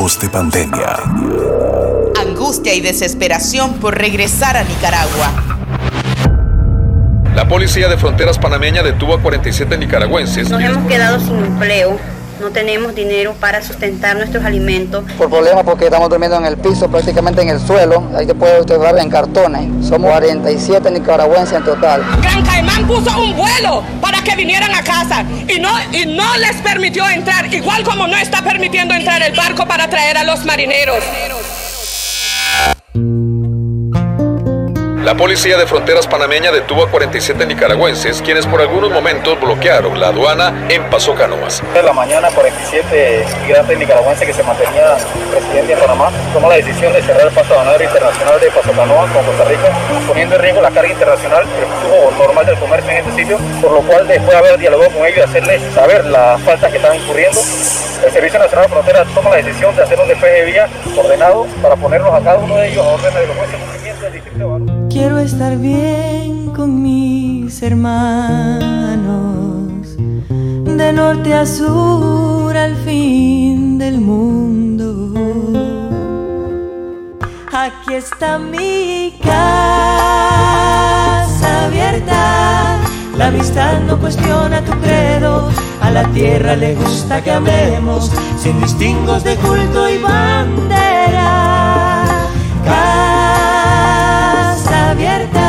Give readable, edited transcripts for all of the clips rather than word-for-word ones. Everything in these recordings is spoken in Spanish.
tiempos de pandemia. Angustia y desesperación por regresar a Nicaragua. La policía de fronteras panameña detuvo a 47 nicaragüenses. Nos hemos quedado sin empleo, no tenemos dinero para sustentar nuestros alimentos. Por problemas porque estamos durmiendo en el piso, prácticamente en el suelo, ahí te puede usted ver en cartones. Somos 47 nicaragüenses en total. Gran Caimán puso un vuelo para que vinieran a casa y no les permitió entrar, igual como no está permitiendo entrar el barco para traer a los marineros. La policía de fronteras panameña detuvo a 47 nicaragüenses, quienes por algunos momentos bloquearon la aduana en Paso Canoas. De la mañana, 47 migrantes nicaragüenses que se mantenían residentes en Panamá tomó la decisión de cerrar el paso aduanero internacional de Paso Canoas con Costa Rica, poniendo en riesgo la carga internacional, el flujo normal del comercio en este sitio, por lo cual, después de haber dialogado con ellos y hacerles saber las faltas que estaban incurriendo, el Servicio Nacional de Fronteras toma la decisión de hacer un despeje de vía ordenado para ponerlos a cada uno de ellos a orden de los jueces de cumplimiento del distrito de Barú. Quiero estar bien con mis hermanos, de norte a sur, al fin del mundo. Aquí está mi casa abierta, la amistad no cuestiona tu credo, a la tierra le gusta que amemos, sin distingos de culto y bandera. Casa abierta.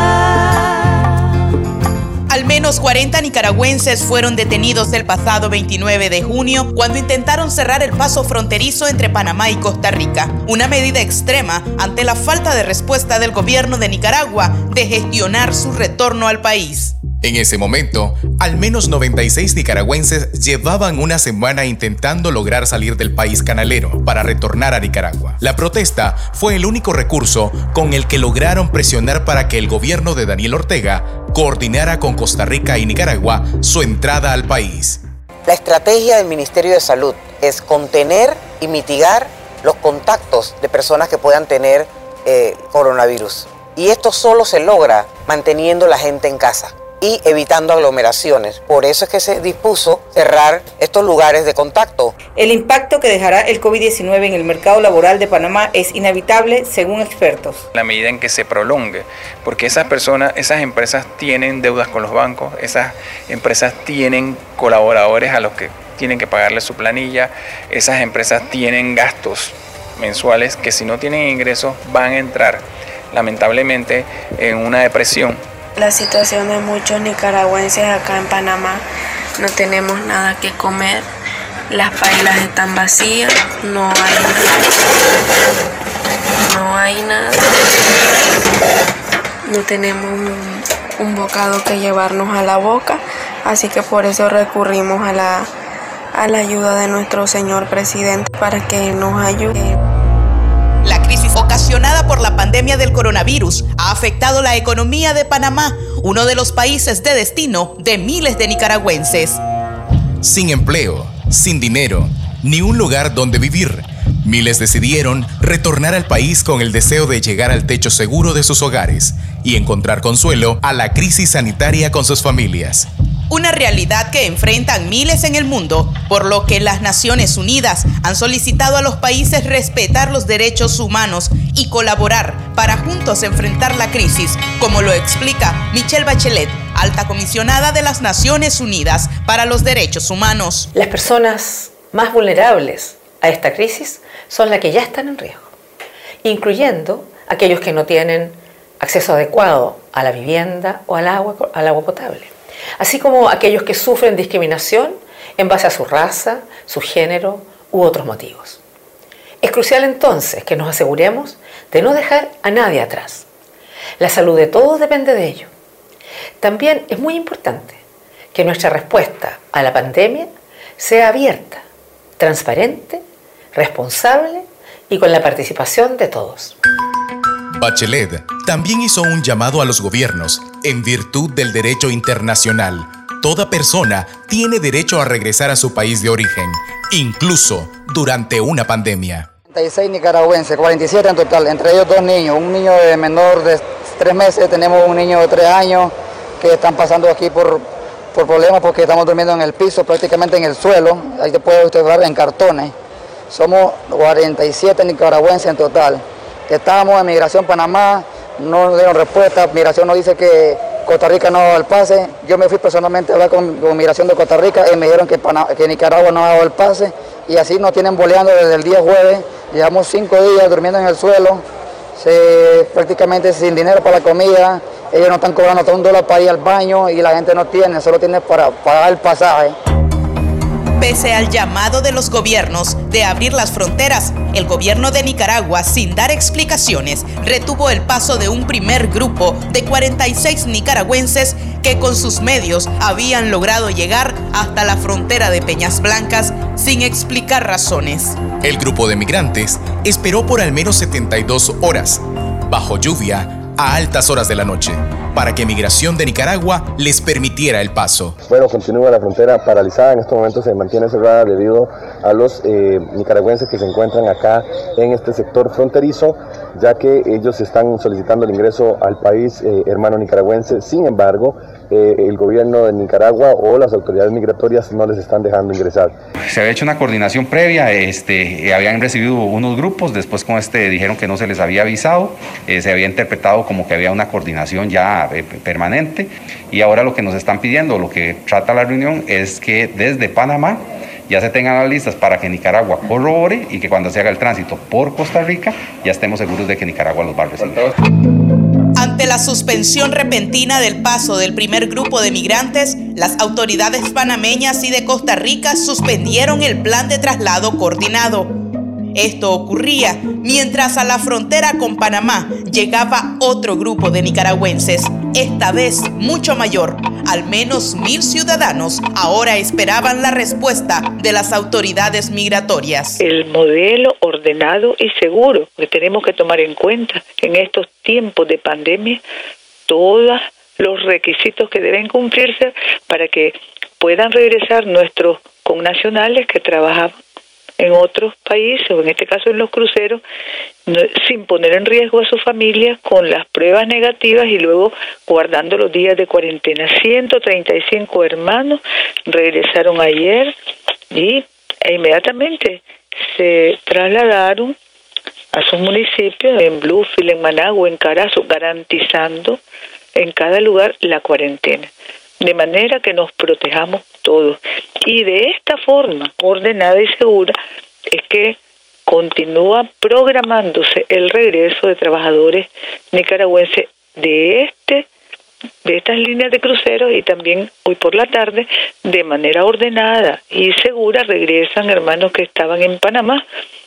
Al menos 40 nicaragüenses fueron detenidos el pasado 29 de junio cuando intentaron cerrar el paso fronterizo entre Panamá y Costa Rica, una medida extrema ante la falta de respuesta del gobierno de Nicaragua de gestionar su retorno al país. En ese momento, al menos 96 nicaragüenses llevaban una semana intentando lograr salir del país canalero para retornar a Nicaragua. La protesta fue el único recurso con el que lograron presionar para que el gobierno de Daniel Ortega coordinara con Costa Rica y Nicaragua su entrada al país. La estrategia del Ministerio de Salud es contener y mitigar los contactos de personas que puedan tener coronavirus. Y esto solo se logra manteniendo la gente en casa y evitando aglomeraciones. Por eso es que se dispuso cerrar estos lugares de contacto. El impacto que dejará el COVID-19 en el mercado laboral de Panamá es inevitable, según expertos. La medida en que se prolongue, porque esas empresas tienen deudas con los bancos, esas empresas tienen colaboradores a los que tienen que pagarle su planilla, esas empresas tienen gastos mensuales que si no tienen ingresos van a entrar lamentablemente en una depresión. La situación de muchos nicaragüenses acá en Panamá, no tenemos nada que comer, las pailas están vacías, no hay nada, no tenemos un bocado que llevarnos a la boca, así que por eso recurrimos a la ayuda de nuestro señor presidente para que nos ayude. La crisis ocasionada por la pandemia del coronavirus ha afectado la economía de Panamá, uno de los países de destino de miles de nicaragüenses. Sin empleo, sin dinero, ni un lugar donde vivir, miles decidieron retornar al país con el deseo de llegar al techo seguro de sus hogares y encontrar consuelo a la crisis sanitaria con sus familias. Una realidad que enfrentan miles en el mundo, por lo que las Naciones Unidas han solicitado a los países respetar los derechos humanos y colaborar para juntos enfrentar la crisis, como lo explica Michelle Bachelet, alta comisionada de las Naciones Unidas para los Derechos Humanos. Las personas más vulnerables a esta crisis son las que ya están en riesgo, incluyendo aquellos que no tienen acceso adecuado a la vivienda o al agua potable, así como aquellos que sufren discriminación en base a su raza, su género u otros motivos. Es crucial entonces que nos aseguremos de no dejar a nadie atrás. La salud de todos depende de ello. También es muy importante que nuestra respuesta a la pandemia sea abierta, transparente, responsable y con la participación de todos. Bachelet también hizo un llamado a los gobiernos en virtud del derecho internacional. Toda persona tiene derecho a regresar a su país de origen, incluso durante una pandemia. 36 nicaragüenses, 47 en total, entre ellos 2 niños, un niño de menor de 3 meses, tenemos un niño de 3 años que están pasando aquí por problemas porque estamos durmiendo en el piso, prácticamente en el suelo, ahí te puede usted ver en cartones. somos 47 nicaragüenses en total. Estábamos en Migración Panamá, no nos dieron respuesta, Migración nos dice que Costa Rica no ha dado el pase. Yo me fui personalmente a hablar con Migración de Costa Rica y me dijeron que Nicaragua no ha dado el pase, y así nos tienen boleando desde el día jueves. Llevamos 5 días durmiendo en el suelo, prácticamente sin dinero para la comida. Ellos nos están cobrando hasta $1 para ir al baño y la gente no tiene, solo tiene para pagar el pasaje. Pese al llamado de los gobiernos de abrir las fronteras, el gobierno de Nicaragua, sin dar explicaciones, retuvo el paso de un primer grupo de 46 nicaragüenses que con sus medios habían logrado llegar hasta la frontera de Peñas Blancas sin explicar razones. El grupo de migrantes esperó por al menos 72 horas, bajo lluvia, a altas horas de la noche, para que Migración de Nicaragua les permitiera el paso. Bueno, continúa la frontera paralizada, en estos momentos se mantiene cerrada debido a los nicaragüenses que se encuentran acá en este sector fronterizo, ya que ellos están solicitando el ingreso al país hermano nicaragüense. Sin embargo, el gobierno de Nicaragua o las autoridades migratorias no les están dejando ingresar. Se había hecho una coordinación previa, habían recibido unos grupos, después con dijeron que no se les había avisado, se había interpretado como que había una coordinación ya permanente, y ahora lo que nos están pidiendo, lo que trata la reunión, es que desde Panamá ya se tengan las listas para que Nicaragua corrobore y que cuando se haga el tránsito por Costa Rica ya estemos seguros de que Nicaragua los va a recibir. Ante la suspensión repentina del paso del primer grupo de migrantes, las autoridades panameñas y de Costa Rica suspendieron el plan de traslado coordinado. Esto ocurría mientras a la frontera con Panamá llegaba otro grupo de nicaragüenses, esta vez mucho mayor. Al menos 1,000 ciudadanos ahora esperaban la respuesta de las autoridades migratorias. El modelo ordenado y seguro que tenemos que tomar en cuenta en estos tiempos de pandemia, todos los requisitos que deben cumplirse para que puedan regresar nuestros connacionales que trabajan en otros países, o en este caso en los cruceros, sin poner en riesgo a su familia con las pruebas negativas y luego guardando los días de cuarentena. 135 hermanos regresaron ayer e inmediatamente se trasladaron a sus municipios, en Bluefield, en Managua, en Carazo, garantizando en cada lugar la cuarentena, de manera que nos protejamos todos. Y de esta forma ordenada y segura es que continúa programándose el regreso de trabajadores nicaragüenses de estas líneas de cruceros, y también hoy por la tarde, de manera ordenada y segura, regresan hermanos que estaban en Panamá.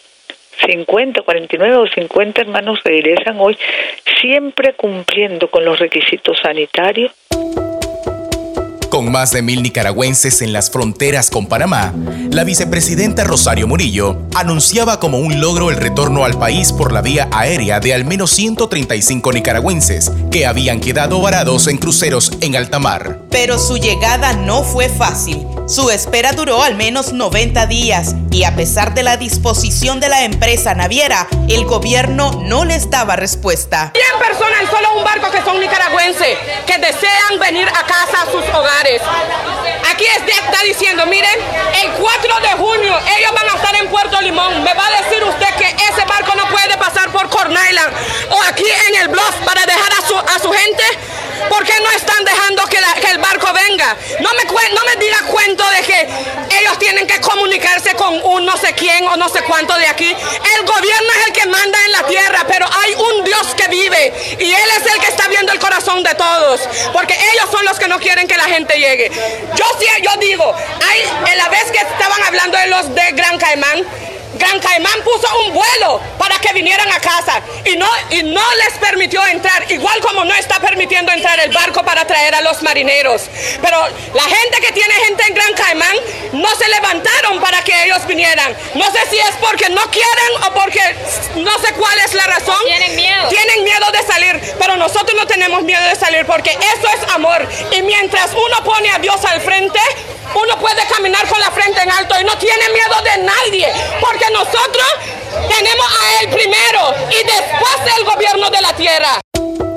49 o 50 hermanos regresan hoy, siempre cumpliendo con los requisitos sanitarios. Con más de 1,000 nicaragüenses en las fronteras con Panamá, la vicepresidenta Rosario Murillo anunciaba como un logro el retorno al país por la vía aérea de al menos 135 nicaragüenses que habían quedado varados en cruceros en alta mar. Pero su llegada no fue fácil. Su espera duró al menos 90 días y a pesar de la disposición de la empresa naviera, el gobierno no les daba respuesta. 100 personas en solo un barco que son nicaragüenses, que desean venir a casa a sus hogares. Aquí está diciendo, miren, el 4 de junio ellos van a estar en Puerto Limón. ¿Me va a decir usted que ese barco no puede pasar por Corn Island o aquí en el Bluff para dejar a su gente? ¿Por qué no están dejando que el barco venga? No me diga cuento de que ellos tienen que comunicarse con un no sé quién o no sé cuánto de aquí. El gobierno es el que manda en la tierra, pero hay un Dios que vive y Él es el que está viendo el corazón de todos, porque ellos son los que no quieren que la gente llegue. Yo digo, en la vez que estaban hablando de los de Gran Caimán puso un vuelo para que vinieran a casa y no les permitió entrar, igual como no está permitiendo entrar el barco para traer a los marineros. Pero la gente que tiene gente en Gran Caimán no se levantaron para que ellos vinieran. No sé si es porque no quieren o porque no sé cuál es la razón. Tienen miedo de salir, pero nosotros no tenemos miedo de salir porque eso es amor. Y mientras uno pone a Dios al frente, uno puede caminar con la frente en alto y no tiene miedo de nadie, porque nosotros tenemos a Él primero y después el gobierno de la tierra.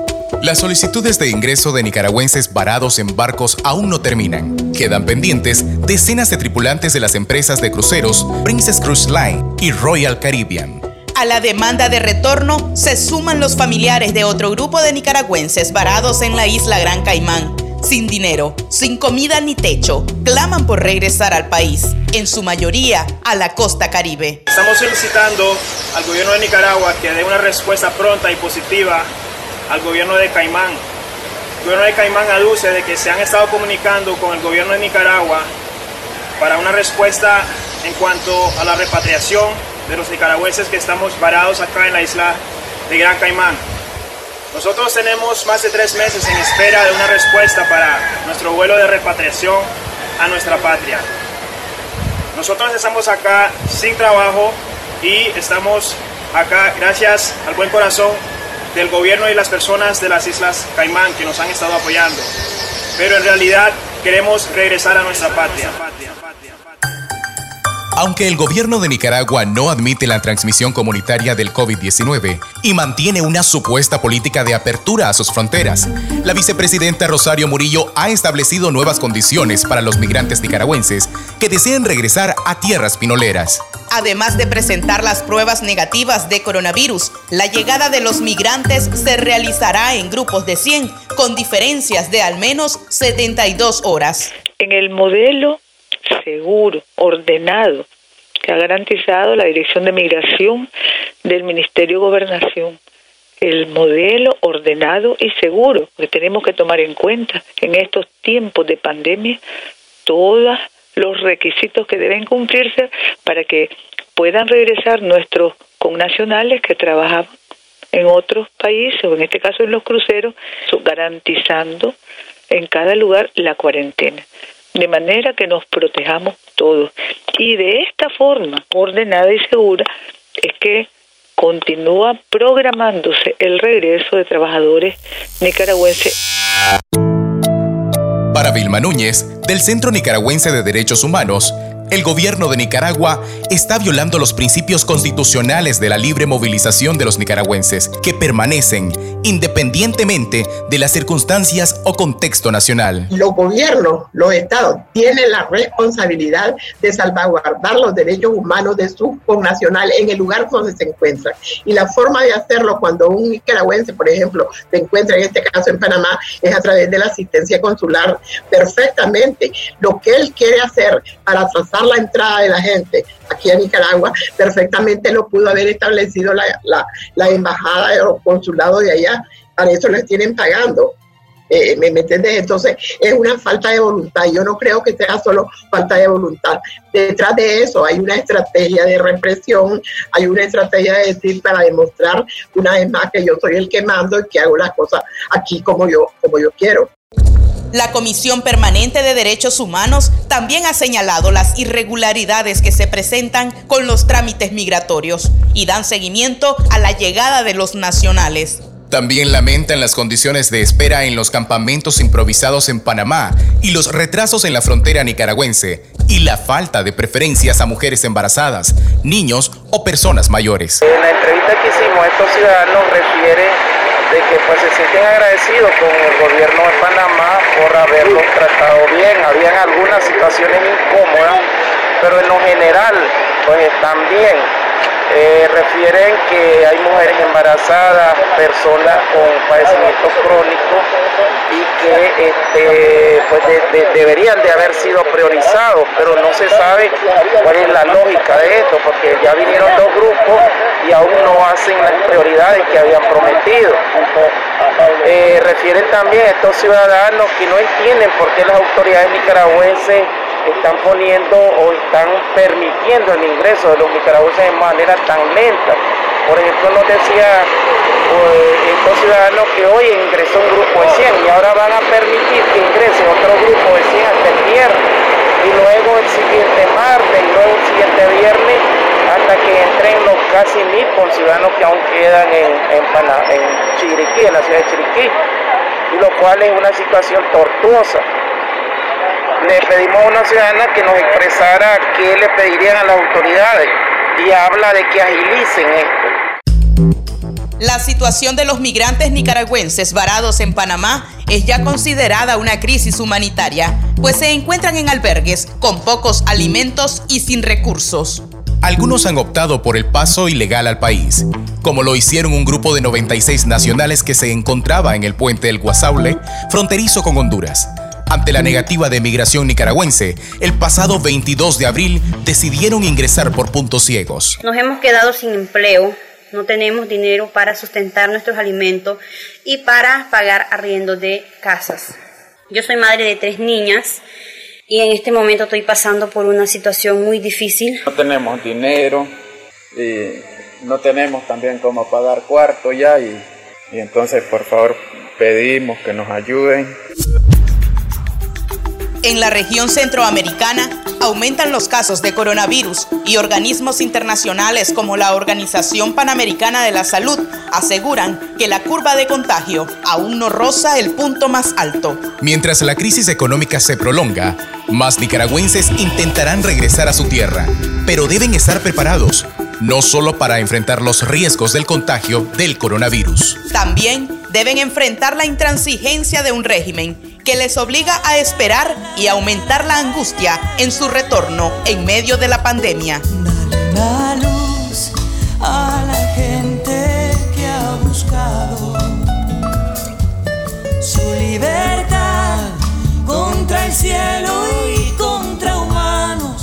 Las solicitudes de ingreso de nicaragüenses varados en barcos aún no terminan. Quedan pendientes decenas de tripulantes de las empresas de cruceros Princess Cruise Line y Royal Caribbean. A la demanda de retorno se suman los familiares de otro grupo de nicaragüenses varados en la isla Gran Caimán. Sin dinero, sin comida ni techo, claman por regresar al país, en su mayoría a la costa caribe. Estamos solicitando al gobierno de Nicaragua que dé una respuesta pronta y positiva al gobierno de Caimán. El gobierno de Caimán aduce de que se han estado comunicando con el gobierno de Nicaragua para una respuesta en cuanto a la repatriación de los nicaragüenses que estamos varados acá en la isla de Gran Caimán. Nosotros tenemos más de 3 meses en espera de una respuesta para nuestro vuelo de repatriación a nuestra patria. Nosotros estamos acá sin trabajo y estamos acá gracias al buen corazón del gobierno y las personas de las Islas Caimán que nos han estado apoyando. Pero en realidad queremos regresar a nuestra patria. Aunque el gobierno de Nicaragua no admite la transmisión comunitaria del COVID-19 y mantiene una supuesta política de apertura a sus fronteras, la vicepresidenta Rosario Murillo ha establecido nuevas condiciones para los migrantes nicaragüenses que deseen regresar a tierras pinoleras. Además de presentar las pruebas negativas de coronavirus, la llegada de los migrantes se realizará en grupos de 100, con diferencias de al menos 72 horas. En el modelo seguro, ordenado, que ha garantizado la Dirección de Migración del Ministerio de Gobernación. El modelo ordenado y seguro que tenemos que tomar en cuenta en estos tiempos de pandemia, todos los requisitos que deben cumplirse para que puedan regresar nuestros connacionales que trabajaban en otros países, o en este caso en los cruceros, garantizando en cada lugar la cuarentena, de manera que nos protejamos todos. Y de esta forma ordenada y segura es que continúa programándose el regreso de trabajadores nicaragüenses. Para Vilma Núñez, del Centro Nicaragüense de Derechos Humanos, el gobierno de Nicaragua está violando los principios constitucionales de la libre movilización de los nicaragüenses, que permanecen independientemente de las circunstancias o contexto nacional. Los gobiernos, los estados, tienen la responsabilidad de salvaguardar los derechos humanos de sus connacionales en el lugar donde se encuentran. Y la forma de hacerlo cuando un nicaragüense, por ejemplo, se encuentra en este caso en Panamá, es a través de la asistencia consular perfectamente. Lo que él quiere hacer para trazar la entrada de la gente aquí a Nicaragua, perfectamente lo pudo haber establecido la embajada de los consulados de allá. Para eso les tienen pagando. ¿Me entiendes? Entonces es una falta de voluntad. Yo no creo que sea solo falta de voluntad. Detrás de eso hay una estrategia de represión, hay una estrategia de decir, para demostrar una vez más que yo soy el que mando y que hago las cosas aquí como yo quiero. La Comisión Permanente de Derechos Humanos también ha señalado las irregularidades que se presentan con los trámites migratorios y dan seguimiento a la llegada de los nacionales. También lamentan las condiciones de espera en los campamentos improvisados en Panamá y los retrasos en la frontera nicaragüense y la falta de preferencias a mujeres embarazadas, niños o personas mayores. En la entrevista que hicimos, estos ciudadanos refieren de que pues se sienten agradecidos con el gobierno de Panamá por haberlos tratado bien. Habían algunas situaciones incómodas, pero en lo general pues están bien. Refieren que hay mujeres embarazadas, personas con padecimientos crónicos y que pues deberían de haber sido priorizados, pero no se sabe cuál es la lógica de esto, porque ya vinieron 2 grupos y aún no hacen las prioridades que habían prometido. Refieren también a estos ciudadanos que no entienden por qué las autoridades nicaragüenses están poniendo o están permitiendo el ingreso de los nicaragüenses de manera tan lenta. Por ejemplo, nos decía estos ciudadanos que hoy ingresó un grupo de 100 y ahora van a permitir que ingrese otro grupo de 100 hasta el viernes, y luego el siguiente martes, y luego el siguiente viernes, hasta que entren los casi 1000 conciudadanos que aún quedan en Chiriquí, en la ciudad de Chiriquí, y lo cual es una situación tortuosa. Le pedimos a una ciudadana que nos expresara qué le pedirían a las autoridades y habla de que agilicen esto. La situación de los migrantes nicaragüenses varados en Panamá es ya considerada una crisis humanitaria, pues se encuentran en albergues con pocos alimentos y sin recursos. Algunos han optado por el paso ilegal al país, como lo hicieron un grupo de 96 nacionales que se encontraba en el puente del Guasaule, fronterizo con Honduras. Ante la negativa de migración nicaragüense, el pasado 22 de abril decidieron ingresar por puntos ciegos. Nos hemos quedado sin empleo, no tenemos dinero para sustentar nuestros alimentos y para pagar arriendo de casas. Yo soy madre de 3 niñas. Y en este momento estoy pasando por una situación muy difícil. No tenemos dinero y no tenemos también cómo pagar cuarto ya y entonces por favor pedimos que nos ayuden. En la región centroamericana aumentan los casos de coronavirus y organismos internacionales como la Organización Panamericana de la Salud aseguran que la curva de contagio aún no roza el punto más alto. Mientras la crisis económica se prolonga, más nicaragüenses intentarán regresar a su tierra, pero deben estar preparados, no solo para enfrentar los riesgos del contagio del coronavirus. También deben enfrentar la intransigencia de un régimen que les obliga a esperar y aumentar la angustia en su retorno en medio de la pandemia. Dale una luz a la gente que ha buscado su libertad contra el cielo y contra humanos.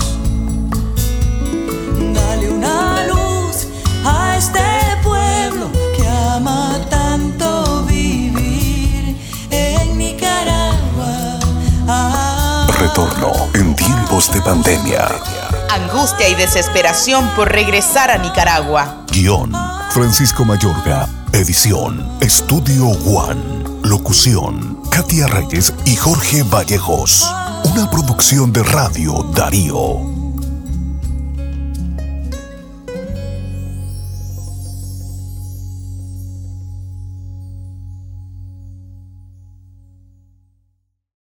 Dale una luz a este pueblo que ama tanto vivir en Nicaragua. Retorno en tiempos de pandemia. Angustia y desesperación por regresar a Nicaragua. Guión: Francisco Mayorga. Edición: Estudio One. Locución: Katia Reyes y Jorge Vallejos. Una producción de Radio Darío.